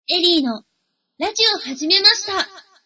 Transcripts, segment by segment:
エリーのラジオ始めました。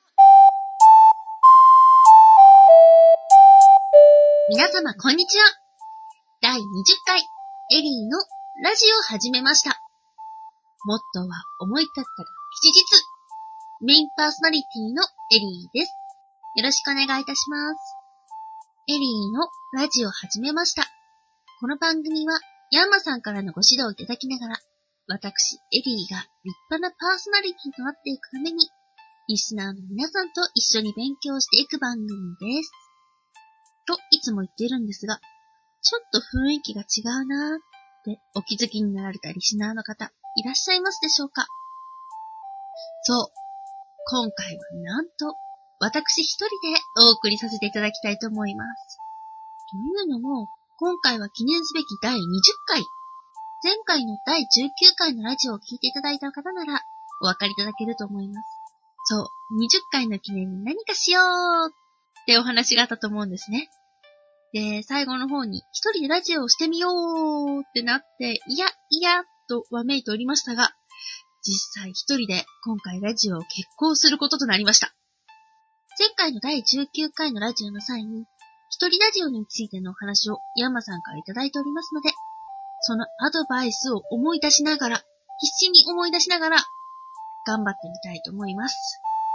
皆様こんにちは。第20回エリーのラジオ始めました。モットーは思い立ったら吉日。メインパーソナリティのエリーです。よろしくお願いいたします。エリーのラジオ始めました。この番組はヤンマさんからのご指導をいただきながら、私、エリーが立派なパーソナリティとなっていくために、リスナーの皆さんと一緒に勉強していく番組です。と、いつも言っているんですが、ちょっと雰囲気が違うなーってお気づきになられたリスナーの方、いらっしゃいますでしょうか？そう、今回はなんと、私一人でお送りさせていただきたいと思います。というのも、今回は記念すべき第20回。前回の第19回のラジオを聞いていただいた方ならお分かりいただけると思います。そう、20回の記念に何かしようってお話があったと思うんですね。で、最後の方に一人でラジオをしてみようってなって、いやとわめいておりましたが、実際一人で今回ラジオを決行することとなりました。前回の第19回のラジオの際に、一人ラジオについてのお話をヤンマさんからいただいておりますので、そのアドバイスを思い出しながら、必死に思い出しながら、頑張ってみたいと思います。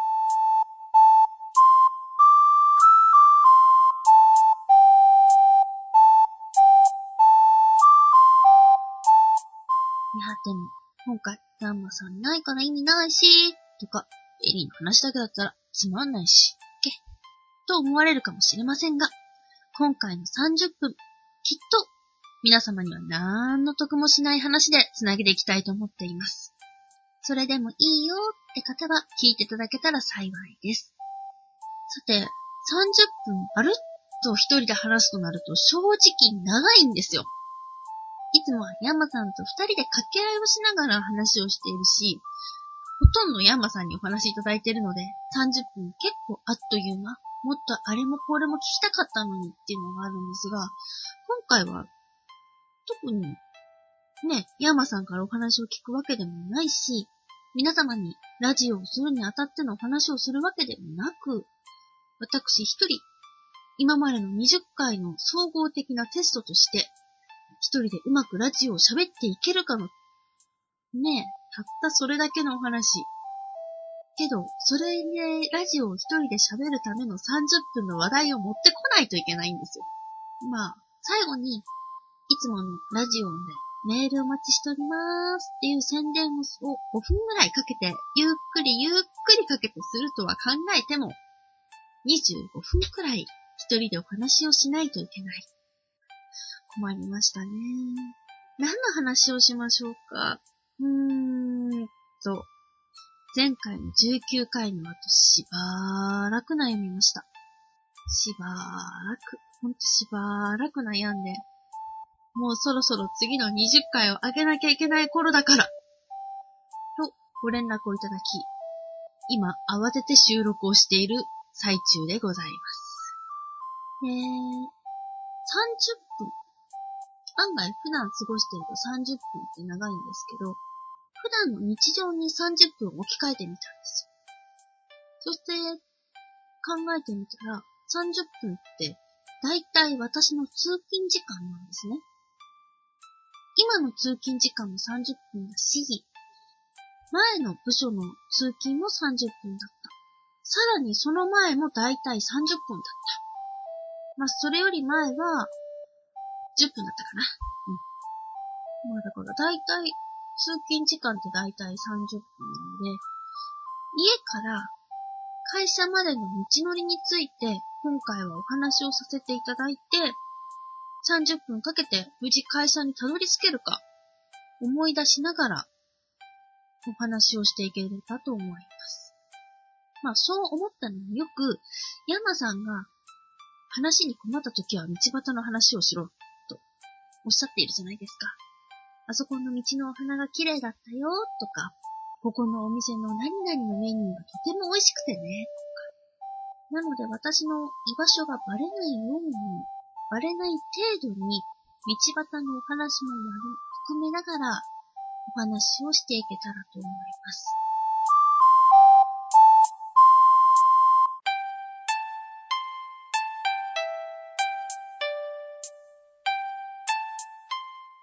いや、でも、今回、ヤンマさんいないから意味ないし、とか、エリーの話だけだったらつまんないし、と思われるかもしれませんが、今回の30分、きっと、皆様には何の得もしない話でつなげていきたいと思っています。それでもいいよって方は聞いていただけたら幸いです。さて、30分あるっと一人で話すとなると正直長いんですよ。いつもはヤンマさんと二人で掛け合いをしながら話をしているし、ほとんどヤンマさんにお話いただいているので、30分結構あっという間、もっとあれもこれも聞きたかったのにっていうのがあるんですが、今回は特にね、ヤンマさんからお話を聞くわけでもないし、皆様にラジオをするにあたってのお話をするわけでもなく、私一人、今までの20回の総合的なテストとして、一人でうまくラジオを喋っていけるかの、ねえ、たったそれだけのお話。けど、それでラジオを一人で喋るための30分の話題を持ってこないといけないんですよ。まあ、最後に、いつものラジオでメールお待ちしておりますっていう宣伝を5分ぐらいかけて、ゆっくりかけてするとは考えても、25分くらい一人でお話をしないといけない。困りましたね。何の話をしましょうか。前回の19回の後しばらく悩みました。ほんとしばらく悩んで、もうそろそろ次の20回を上げなきゃいけない頃だから、とご連絡をいただき、今慌てて収録をしている最中でございます。30分。案外普段過ごしていると30分って長いんですけど、普段の日常に30分置き換えてみたんですよ。そして考えてみたら30分ってだいたい私の通勤時間なんですね。今の通勤時間も30分だし、前の部署の通勤も30分だった。さらにその前もだいたい30分だった。まあそれより前は10分だったかな。まあだからだいたい通勤時間ってだいたい30分なので、家から会社までの道のりについて今回はお話をさせていただいて、30分かけて無事会社にたどり着けるか思い出しながらお話をしていければと思います。まあそう思ったのもよく、ヤンマさんが話に困った時は道端の話をしろとおっしゃっているじゃないですか。あそこの道のお花が綺麗だったよとか、ここのお店の何々のメニューがとても美味しくてねとか。なので私の居場所がバレないように、バレない程度に道端のお話も含めながらお話をしていけたらと思います。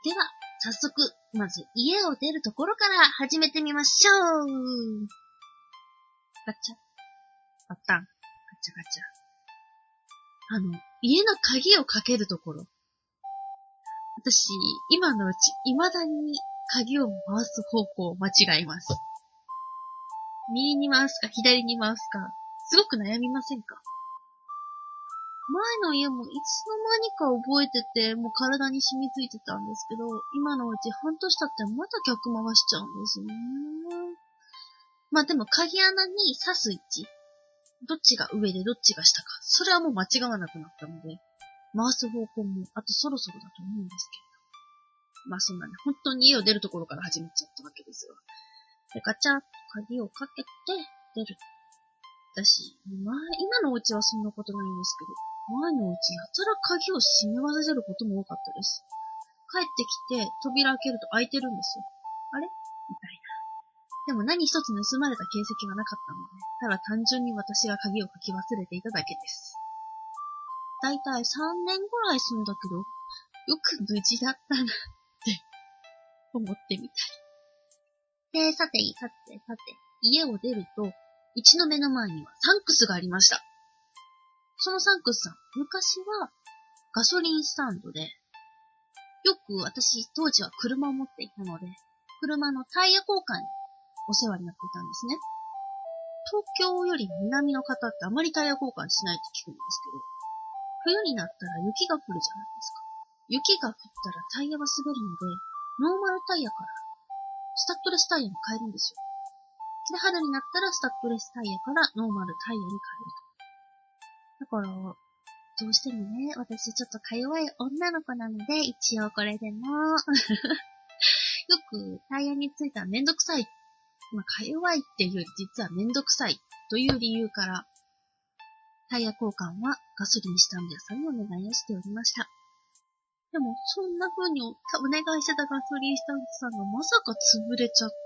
では、早速、まず家を出るところから始めてみましょう。ガチャ、パタン、ガチャガチャ。家の鍵をかけるところ。私、今のうち、未だに鍵を回す方向を間違います。右に回すか左に回すか、すごく悩みませんか？前の家もいつの間にか覚えてて、もう体に染みついてたんですけど、今のうち半年経ってまた逆回しちゃうんですよね。まあでも鍵穴に刺す位置、どっちが上でどっちが下か、それはもう間違わなくなったので、回す方向もあとそろそろだと思うんですけど。まあそんなね、本当に家を出るところから始めちゃったわけですよ。で、ガチャッと鍵をかけて出る。私、今のうちはそんなことないんですけど、前のうちやたら鍵を閉め忘れることも多かったです。帰ってきて扉開けると開いてるんですよ。あれみたいな。でも何一つ盗まれた形跡がなかったので、ただ単純に私が鍵をかき忘れていただけです。だいたい3年ぐらい住んだけど、よく無事だったなって思ってみたり。で、さて、家を出ると、うちの目の前にはサンクスがありました。そのサンクスさん、昔はガソリンスタンドで、よく私当時は車を持っていたので、車のタイヤ交換にお世話になっていたんですね。東京より南の方ってあまりタイヤ交換しないと聞くんですけど、冬になったら雪が降るじゃないですか。雪が降ったらタイヤは滑るので、ノーマルタイヤからスタッドレスタイヤに変えるんですよ。で、春になったらスタッドレスタイヤからノーマルタイヤに変えると。だから、どうしてもね、私ちょっとか弱い女の子なので、一応これでも、よくタイヤについたらめんどくさい。まあ、か弱いっていうより実はめんどくさいという理由から、タイヤ交換はガソリンスタンド屋さんにお願いをしておりました。でも、そんな風にお願いしてたガソリンスタンドさんがまさか潰れちゃって、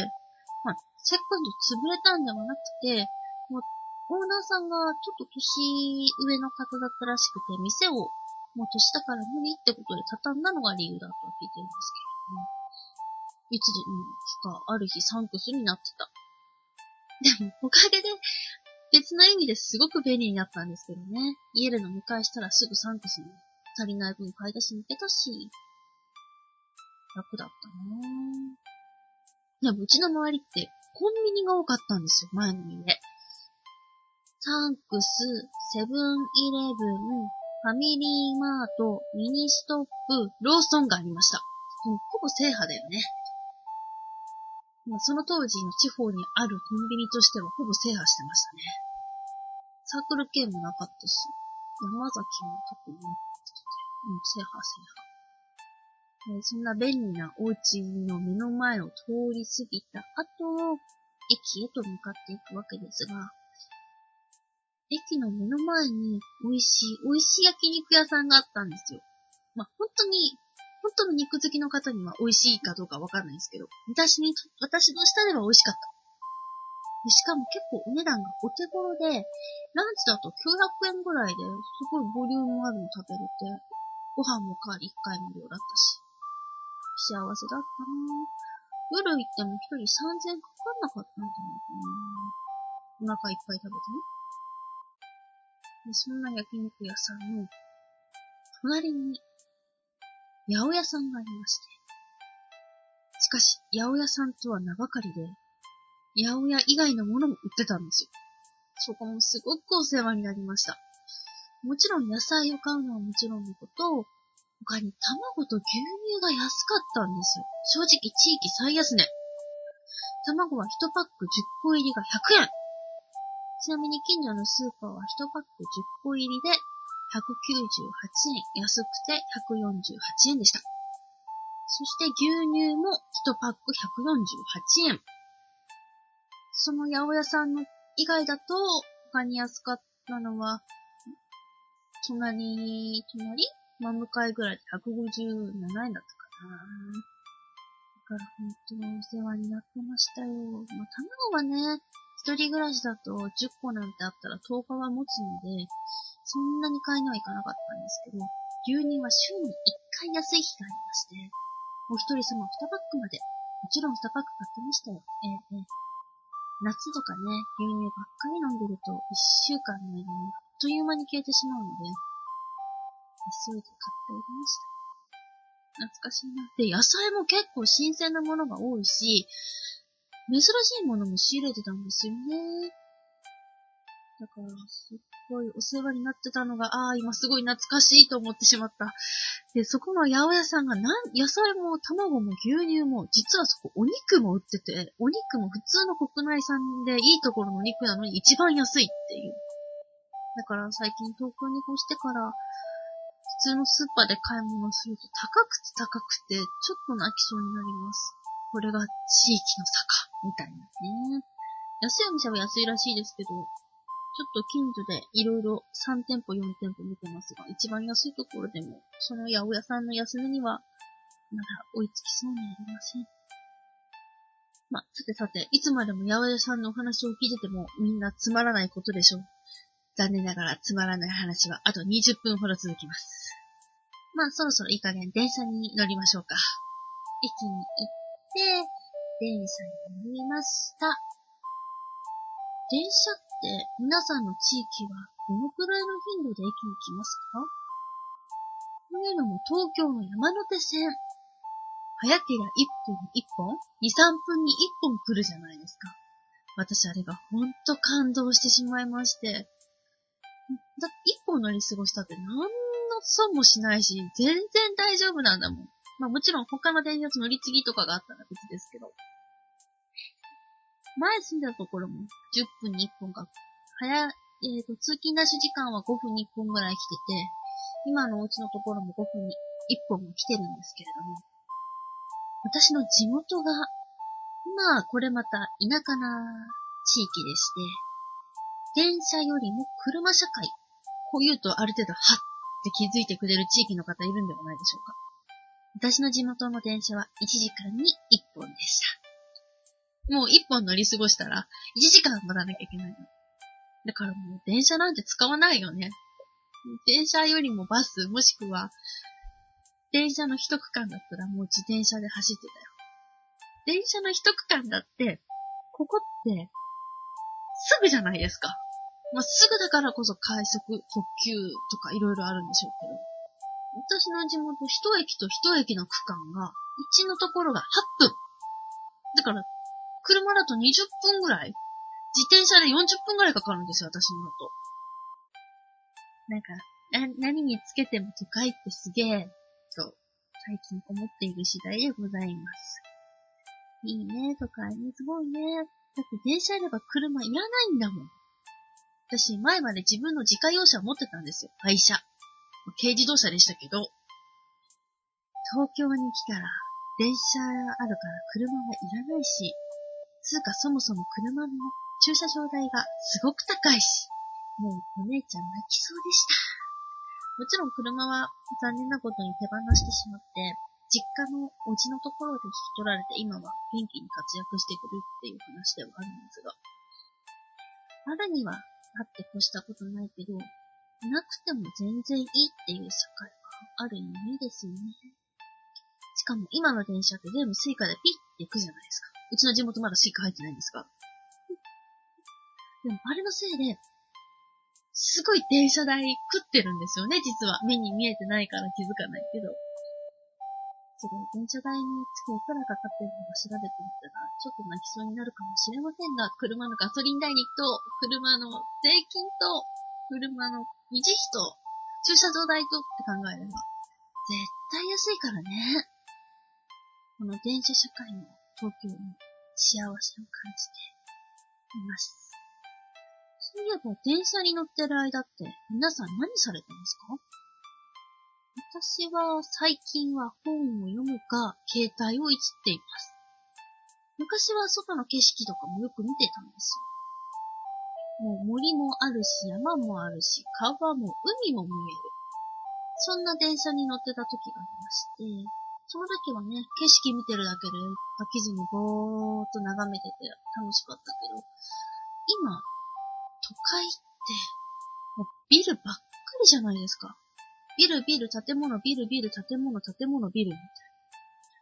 まあ、セカンド潰れたんではなくて、もうオーナーさんがちょっと年上の方だったらしくて、店をもう年だから無理ってことで畳んだのが理由だとは聞いてるんですけれども、いつの日かある日サンクスになってた。でも、おかげで別の意味ですごく便利になったんですけどね。家で飲み会したらすぐサンクスに足りない分買い出しに行けたし、楽だったなぁ。でもうちの周りってコンビニが多かったんですよ、前の家。サンクス、セブンイレブン、ファミリーマート、ミニストップ、ローソンがありました。もうほぼ制覇だよね。その当時の地方にあるコンビニとしてはほぼ制覇してましたね。サークル系もなかったし、山崎も特になかったので、制覇制覇。そんな便利なお家の目の前を通り過ぎた後、駅へと向かっていくわけですが、駅の目の前に美味しい焼肉屋さんがあったんですよ。まあ、本当の肉好きの方には美味しいかどうかわかんないんですけど、私の舌では美味しかった。でしかも結構お値段がお手頃で、ランチだと900円ぐらいですごいボリュームあるの食べれて、ご飯も代わり1回無料だったし、幸せだったなぁ。夜行っても一人3000円かかんなかったんじゃないかな。お腹いっぱい食べてね。で、そんな焼肉屋さんの隣に八百屋さんがありまして。しかし、八百屋さんとは名ばかりで、八百屋以外のものも売ってたんですよ。そこもすごくお世話になりました。もちろん野菜を買うのはもちろんのこと、他に卵と牛乳が安かったんですよ。正直地域最安値。卵は1パック10個入りが100円。ちなみに近所のスーパーは1パック10個入りで198円。安くて148円でした。そして牛乳も1パック148円。その八百屋さんの以外だと他に安かったのは、隣真向かいぐらいで157円だったかな。だから本当にお世話になってましたよ。まあ、卵はね、一人暮らしだと10個なんてあったら10日は持つので、そんなに買いにはいかなかったんですけど、牛乳は週に1回安い日がありまして、 お一人様2パックまで。もちろん2パック買ってましたよ。夏とかね、牛乳ばっかり飲んでると1週間の間にあっという間に消えてしまうので、急いで買っておりました。懐かしいな。で、野菜も結構新鮮なものが多いし、珍しいものも仕入れてたんですよね。だから、すっごいお世話になってたのが、今すごい懐かしいと思ってしまった。で、そこの八百屋さんが野菜も卵も牛乳も、実はそこお肉も売ってて、お肉も普通の国内産でいいところのお肉なのに一番安いっていう。だから最近東京に越してから、普通のスーパーで買い物すると高くて、ちょっと泣きそうになります。これが地域の差か、みたいなね。安いお店は安いらしいですけど、ちょっと近所でいろいろ3店舗4店舗見てますが、一番安いところでも、その八百屋さんの安値には、まだ追いつきそうにありません。さて、いつまでも八百屋さんのお話を聞いててもみんなつまらないことでしょう。残念ながらつまらない話はあと20分ほど続きます。そろそろいい加減電車に乗りましょうか。駅に行って、電車に乗りました。電車って皆さんの地域はどのくらいの頻度で駅に来ますか？というのも東京の山手線、早けりゃ1分に1本 ?2、3分に1本来るじゃないですか。私あれがほんと感動してしまいまして。だって1本乗り過ごしたって何の損もしないし、全然大丈夫なんだもん。もちろん他の電車乗り継ぎとかがあったら別ですけど。前住んだところも10分に1本が、通勤ラッシュ時間は5分に1本ぐらい来てて、今のお家のところも5分に1本も来てるんですけれども、私の地元が、これまた田舎な地域でして、電車よりも車社会、こう言うとある程度はって気づいてくれる地域の方いるんではないでしょうか。私の地元の電車は1時間に1本でした。もう1本乗り過ごしたら1時間待たなきゃいけないの。だからもう電車なんて使わないよね。電車よりもバス、もしくは電車の一区間だったらもう自転車で走ってたよ。電車の一区間だって、ここってすぐじゃないですか。すぐだからこそ快速、特急とかいろいろあるんでしょうけど。私の地元、一駅と一駅の区間が、1のところが8分。だから、車だと20分ぐらい、自転車で40分ぐらいかかるんですよ、私のだと。何につけても都会ってすげえ、と、最近思っている次第でございます。いいね、都会ね、すごいね。だって電車あれば車いらないんだもん。私、前まで自分の自家用車を持ってたんですよ、愛車。軽自動車でしたけど、東京に来たら、電車あるから車はいらないし、そもそも車の駐車場代がすごく高いし、もうお姉ちゃん泣きそうでした。もちろん車は残念なことに手放してしまって、実家のお家のところで引き取られて今は元気に活躍してくるっていう話ではあるんですが、あるにはあって越したことないけど、なくても全然いいっていう社会はある意味いいですよね。しかも今の電車って全部スイカでピッて行くじゃないですか。うちの地元まだスイカ入ってないんですが。でもあれのせいで、すごい電車代食ってるんですよね、実は。目に見えてないから気づかないけど。それ電車代につきいくらかかってるのか調べてみたら、ちょっと泣きそうになるかもしれませんが、車のガソリン代にと、車の税金と、車の維持費と、駐車場代とって考えれば、絶対安いからね。この電車社会の東京に幸せを感じています。そういえば電車に乗ってる間って皆さん何されてますか？私は最近は本を読むか携帯をいじっています。昔は外の景色とかもよく見てたんですよ。もう森もあるし山もあるし川も海も見える。そんな電車に乗ってた時がありまして、その時はね、景色見てるだけで飽きずにぼーっと眺めてて楽しかったけど、今、都会って、もうビルばっかりじゃないですか。ビル、建物、ビル、建物、建物、ビルみたいな。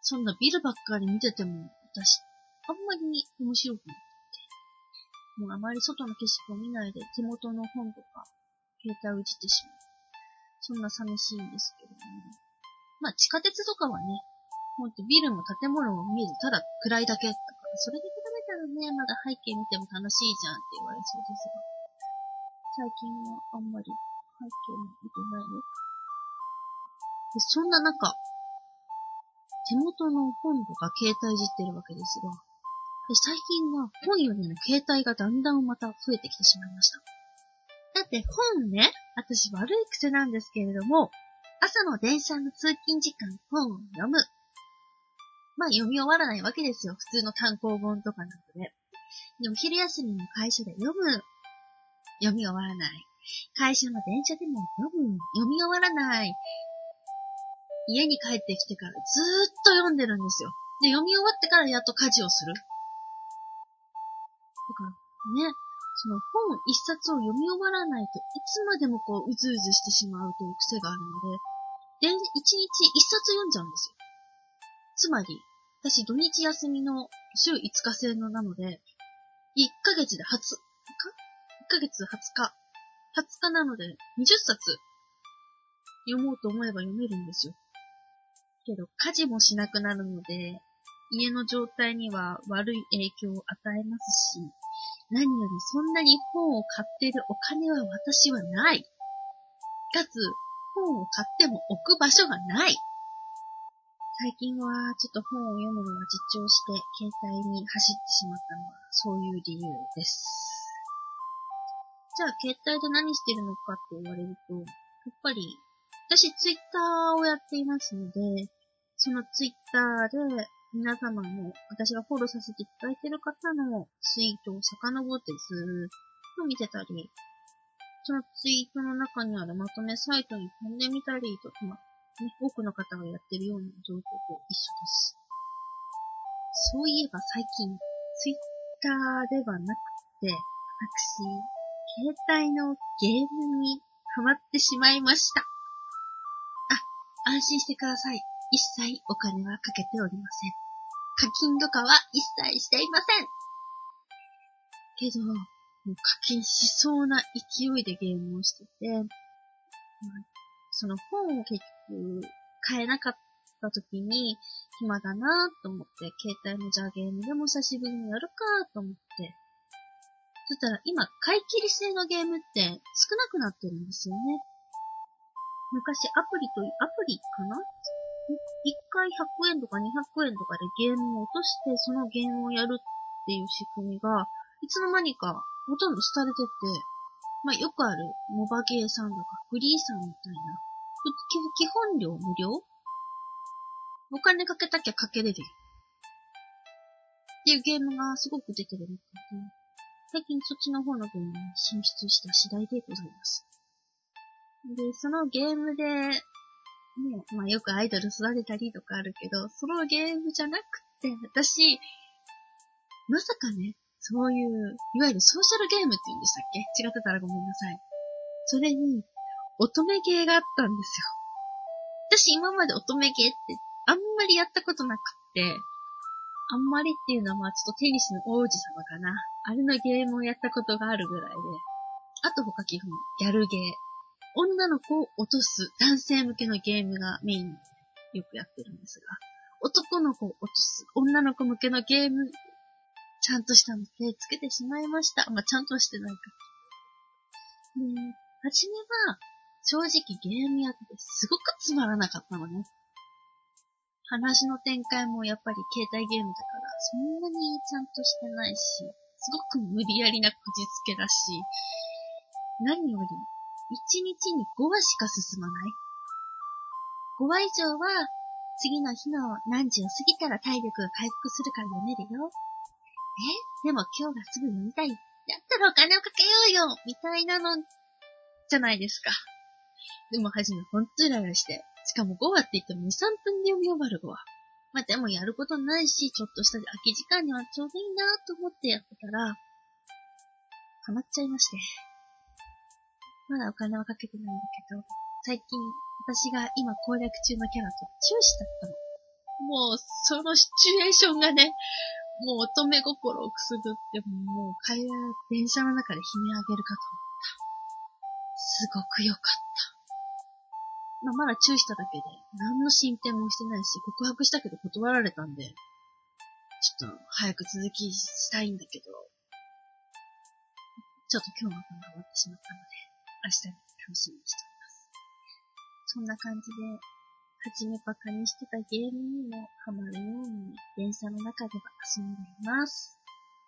そんなビルばっかり見てても、私、あんまり面白くなくて。もうあまり外の景色を見ないで手元の本とか、携帯をいじってしまう。そんな寂しいんですけどね。まあ地下鉄とかはね、ほんとビルも建物も見えず、ただ暗いだけだから、それで比べたらね、まだ背景見ても楽しいじゃんって言われそうですが、最近はあんまり背景も見てないよ。で、そんな中、手元の本とか携帯いじってるわけですが、で最近は本よりも携帯がだんだんまた増えてきてしまいました。だって本ね、私悪い癖なんですけれども、朝の電車の通勤時間本を読む。まあ読み終わらないわけですよ。普通の単行本とかなので。でも昼休みの会社で読む。読み終わらない。会社の電車でも読む。読み終わらない。家に帰ってきてからずーっと読んでるんですよ。で、読み終わってからやっと家事をする。だからね、その本一冊を読み終わらないといつまでもこううずうずしてしまうという癖があるので、一日一冊読んじゃうんですよ。つまり、私土日休みの週5日制のなので、1ヶ月で20日 ?1 ヶ月20日。20日なので20冊読もうと思えば読めるんですよ。けど家事もしなくなるので、家の状態には悪い影響を与えますし、何よりそんなに本を買っているお金は私はない。かつ、本を買っても置く場所がない。最近はちょっと本を読むのが実調して携帯に走ってしまったのはそういう理由です。じゃあ携帯で何してるのかって言われると、やっぱり私ツイッターをやっていますので、そのツイッターで皆様の私がフォローさせていただいている方のツイートを遡ってずーっと見てたり、そのツイートの中にあるまとめサイトに飛んでみたりと、多くの方がやってるような状況と一緒です。そういえば最近、ツイッターではなくて、私、携帯のゲームにハマってしまいました。あ、安心してください。一切お金はかけておりません。課金とかは一切していません。けど、もう課金しそうな勢いでゲームをしてて、その本を結局買えなかった時に暇だなと思って、携帯のじゃあゲームでも久しぶりにやるかと思って、そしたら今買い切り制のゲームって少なくなってるんですよね。昔アプリかな？1回100円とか200円とかでゲームを落としてそのゲームをやるっていう仕組みがいつの間にかほとんど廃れてて、よくあるモバゲーさんとかフリーさんみたいな基本料無料？お金かけたきゃかけれるよ。っていうゲームがすごく出てるみたいで、最近そっちの方のゲームに進出した次第でございます。で、そのゲームで、ね、よくアイドル育てたりとかあるけど、そのゲームじゃなくて、私、まさかね、そういう、いわゆるソーシャルゲームって言うんでしたっけ？違ってたらごめんなさい。それに、乙女ゲーがあったんですよ。私今まで乙女ゲーってあんまりやったことなくて、あんまりっていうのはちょっとテニスの王子様かな。あれのゲームをやったことがあるぐらいで。あと他基本、ギャルゲー。女の子を落とす男性向けのゲームがメインでよくやってるんですが、男の子を落とす女の子向けのゲーム、ちゃんとしたの手つけてしまいました。ちゃんとしてないか。初めは、正直ゲームやっててすごくつまらなかったのね。話の展開もやっぱり携帯ゲームだから、そんなにちゃんとしてないし、すごく無理やりなこじつけだし、何より、1日に5話しか進まない。5話以上は、次の日の何時を過ぎたら体力が回復するから読めるよ。でも今日がすぐ読みたい。だったらお金をかけようよみたいなの、じゃないですか。でも初めほんとイライラして。しかも5話って言っても2、3分で読み終わる5話。でもやることないし、ちょっとした空き時間にはちょうどいいなと思ってやってたら、ハマっちゃいまして。まだお金はかけてないんだけど、最近私が今攻略中のキャラとチューしちゃったの。 もう、そのシチュエーションがね、もう乙女心をくすぐって、もう電車の中で悲鳴あげるかと思った。すごく良かった。まだ注意しただけで、何の進展もしてないし、告白したけど断られたんで、ちょっと早く続きしたいんだけど、ちょっと今日の分が終わってしまったので、明日に楽しみにしております。そんな感じで、はじめバカにしてたゲームにもハマるように、電車の中では遊んでいます。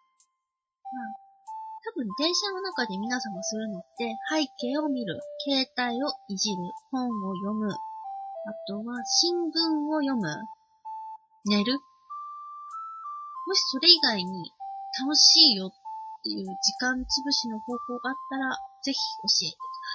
多分電車の中で皆様するのって、背景を見る、携帯をいじる、本を読む、あとは新聞を読む、寝る。もしそれ以外に楽しいよっていう時間つぶしの方法があったら、ぜひ教えてく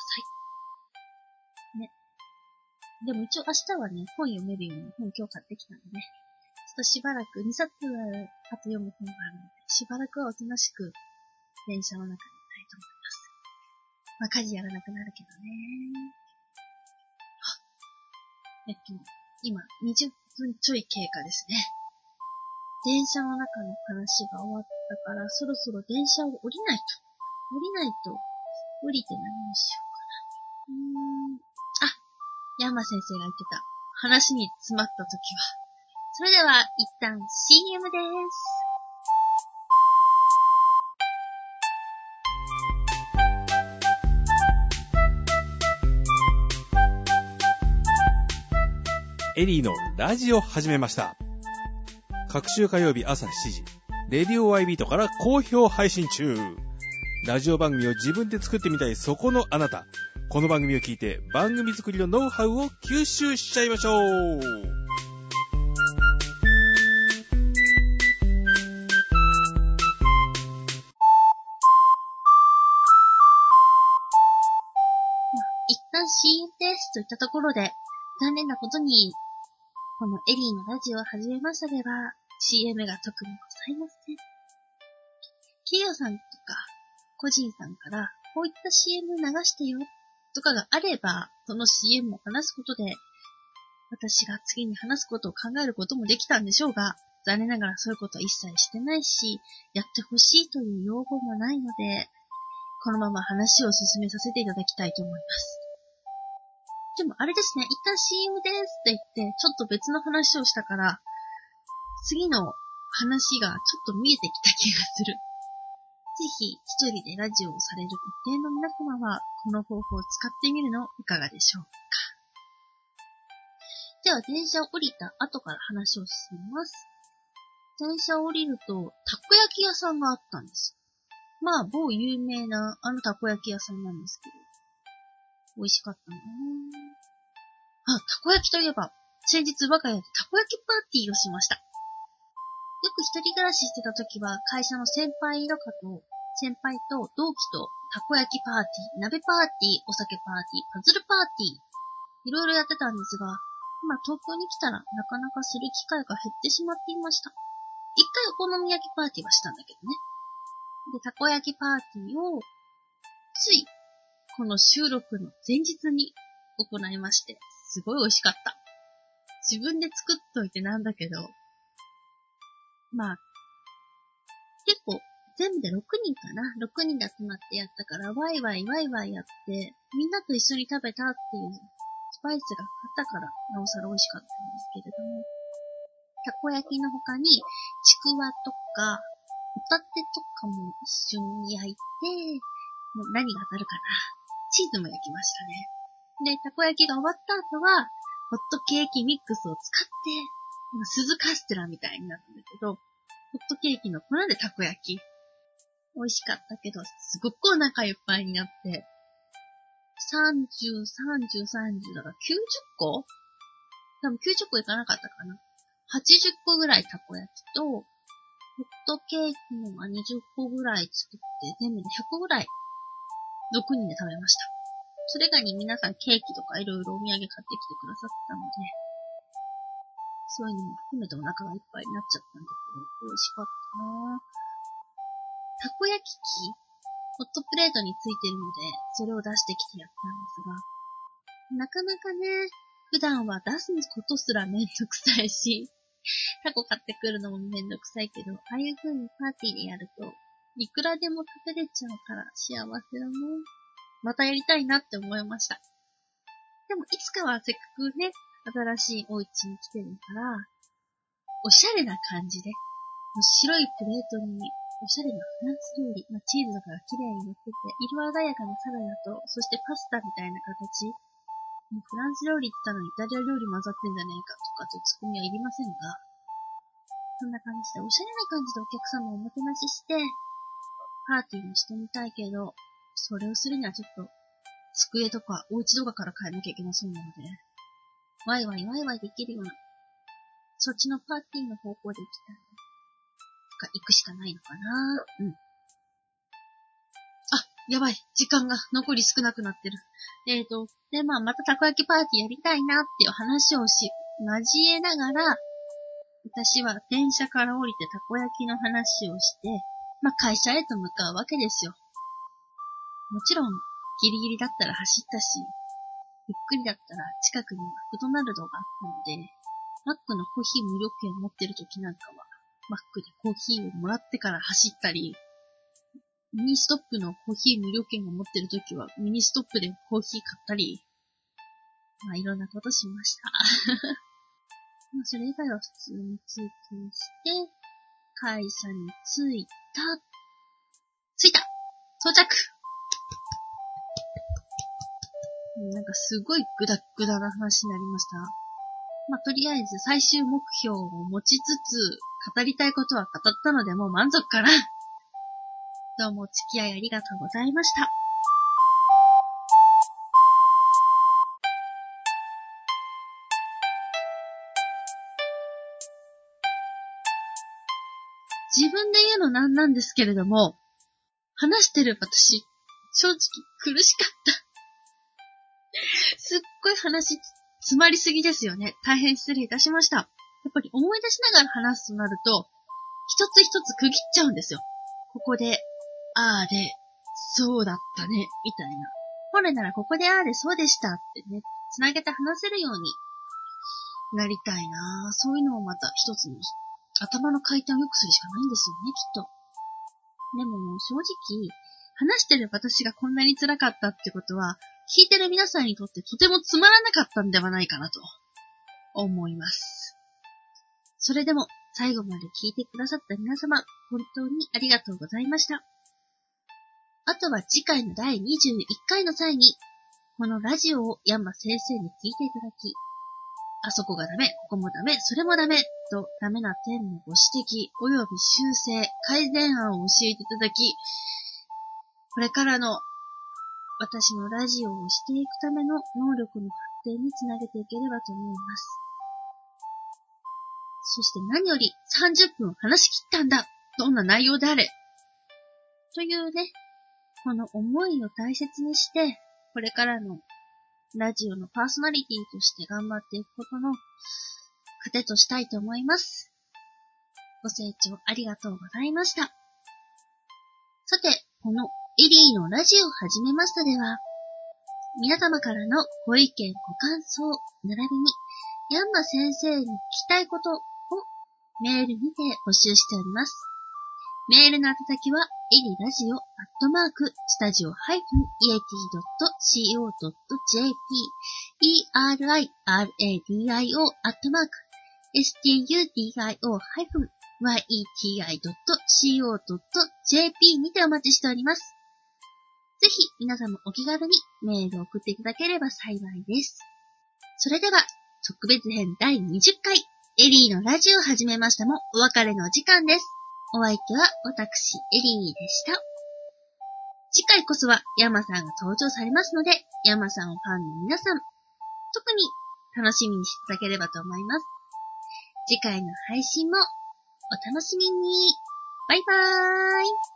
ださい。ね。でも一応明日はね、本読めるように本今日買ってきたので、ちょっとしばらく2冊あと読む本があるので、しばらくはおとなしく電車の中にいたいと思います。家事やらなくなるけどね。今、20分ちょい経過ですね。電車の中の話が終わったから、そろそろ電車を降りないと。降りて何をしようかな。山先生が言ってた。話に詰まった時は。それでは、一旦 CM です。 エリーのラジオ始めました。各週火曜日朝7時、レディオ Y ビートから好評配信中。ラジオ番組を自分で作ってみたいそこのあなた。この番組を聞いて番組作りのノウハウを吸収しちゃいましょう。 一旦 CM ですといったところで、残念なことに、このエリーのラジオを始めましたでは、CM が特にございません。企業さんとか、個人さんから、こういった CM 流してよ、とかがあれば、その CM を話すことで、私が次に話すことを考えることもできたんでしょうが、残念ながらそういうことは一切してないし、やってほしいという要望もないので、このまま話を進めさせていただきたいと思います。でもあれですね、一旦 CM ですって言って、ちょっと別の話をしたから、次の話がちょっと見えてきた気がする。ぜひ一人でラジオをされる一定の皆様は、この方法を使ってみるのいかがでしょうか。では電車を降りた後から話を進めます。電車を降りると、たこ焼き屋さんがあったんです。某有名なたこ焼き屋さんなんですけど、美味しかったなぁ。たこ焼きといえば、先日我が家でたこ焼きパーティーをしました。よく一人暮らししてた時は、会社の先輩と同期とたこ焼きパーティー、鍋パーティー、お酒パーティー、パズルパーティー、いろいろやってたんですが、今東京に来たらなかなかする機会が減ってしまっていました。一回お好み焼きパーティーはしたんだけどね。で、たこ焼きパーティーを、つい、この収録の前日に行いまして、すごい美味しかった。自分で作っといてなんだけど、結構、全部で6人かな ?6 人で集まってやったから、ワイワイやって、みんなと一緒に食べたっていうスパイスがかかったから、なおさら美味しかったんですけれども、たこ焼きの他に、ちくわとか、ホタテとかも一緒に焼いて、もう何が当たるかな。チーズも焼きましたね。で、たこ焼きが終わった後は、ホットケーキミックスを使って、鈴カステラみたいになったんだけど、ホットケーキの粉でたこ焼き。美味しかったけど、すごくお腹いっぱいになって、30だから90個多分90個いかなかったかな。80個ぐらいたこ焼きと、ホットケーキのが20個ぐらい作って、全部で100個ぐらい、6人で食べました。それ以外に皆さんケーキとかいろいろお土産買ってきてくださってたので、そういうのも含めてお腹がいっぱいになっちゃったんだけど、美味しかったなぁ。たこ焼き器、ホットプレートについてるので、それを出してきてやったんですが、なかなかね、普段は出すことすらめんどくさいし、 タコ買ってくるのもめんどくさいけど、ああいう風にパーティーでやると、いくらでも食べれちゃうから幸せだね。またやりたいなって思いました。でもいつかはせっかくね、新しいお家に来てるから、おしゃれな感じで、白いプレートにおしゃれなフランス料理、チーズとかが綺麗に乗ってて、色鮮やかなサラダと、そしてパスタみたいな形。フランス料理って言ったのにイタリア料理混ざってんじゃねえかとかとツッコミはいりませんが、そんな感じでおしゃれな感じでお客様をおもてなしして、パーティーもしてみたいけど、それをするにはちょっと、机とかお家とかから買えなきゃいけなそうなので、ワイワイできるような、そっちのパーティーの方向で行きたい。行くしかないのかな。やばい。時間が残り少なくなってる。で、またたこ焼きパーティーやりたいなっていう話を交えながら、私は電車から降りてたこ焼きの話をして、会社へと向かうわけですよ。もちろん、ギリギリだったら走ったし、ゆっくりだったら近くにマクドナルドがあったので、マックのコーヒー無料券を持ってる時なんかは、マックでコーヒーをもらってから走ったり、ミニストップのコーヒー無料券を持ってるときは、ミニストップでコーヒー買ったり、いろんなことしました。それ以外は普通に通勤して、会社に着いた到着なんかすごいグダッグダな話になりました。とりあえず最終目標を持ちつつ、語りたいことは語ったのでもう満足かな。どうもお付き合いありがとうございました。自分で言うのなんなんですけれども、話してる私、正直苦しかった。すっごい話詰まりすぎですよね。大変失礼いたしました。やっぱり思い出しながら話すとなると、一つ一つ区切っちゃうんですよ。ここで、あーで、そうだったね、みたいな。本来ならここであーでそうでしたってね、つなげて話せるようになりたいな。そういうのをまた一つの頭の回転を良くするしかないんですよね、きっと。でももう正直、話してる私がこんなに辛かったってことは、聞いてる皆さんにとってとてもつまらなかったんではないかなと思います。それでも最後まで聞いてくださった皆様、本当にありがとうございました。あとは次回の第21回の際に、このラジオをヤンマ先生に聞いていただき、あそこがダメ、ここもダメ、それもダメ、とダメな点のご指摘、および修正、改善案を教えていただき、これからの私のラジオをしていくための能力の発展につなげていければと思います。そして何より30分話し切ったんだ、どんな内容であれ。というね、この思いを大切にして、これからのラジオのパーソナリティとして頑張っていくことの糧としたいと思います。ご清聴ありがとうございました。さて、このエリーのラジオを始めましたでは、皆様からのご意見、ご感想、並びに、ヤンマ先生に聞きたいことをメールにて募集しております。メールの宛先は、eliradio@stagio-et.co.jp eriradio-studio-yeti.co.jp にてお待ちしております。ぜひ皆様お気軽にメールを送っていただければ幸いです。それでは、特別編第20回、エリーのラジオを始めましたもお別れのお時間です。お相手は私、エリーでした。次回こそはヤマさんが登場されますので、ヤマさんをファンの皆さん、特に楽しみにしていただければと思います。次回の配信もお楽しみに。バイバーイ。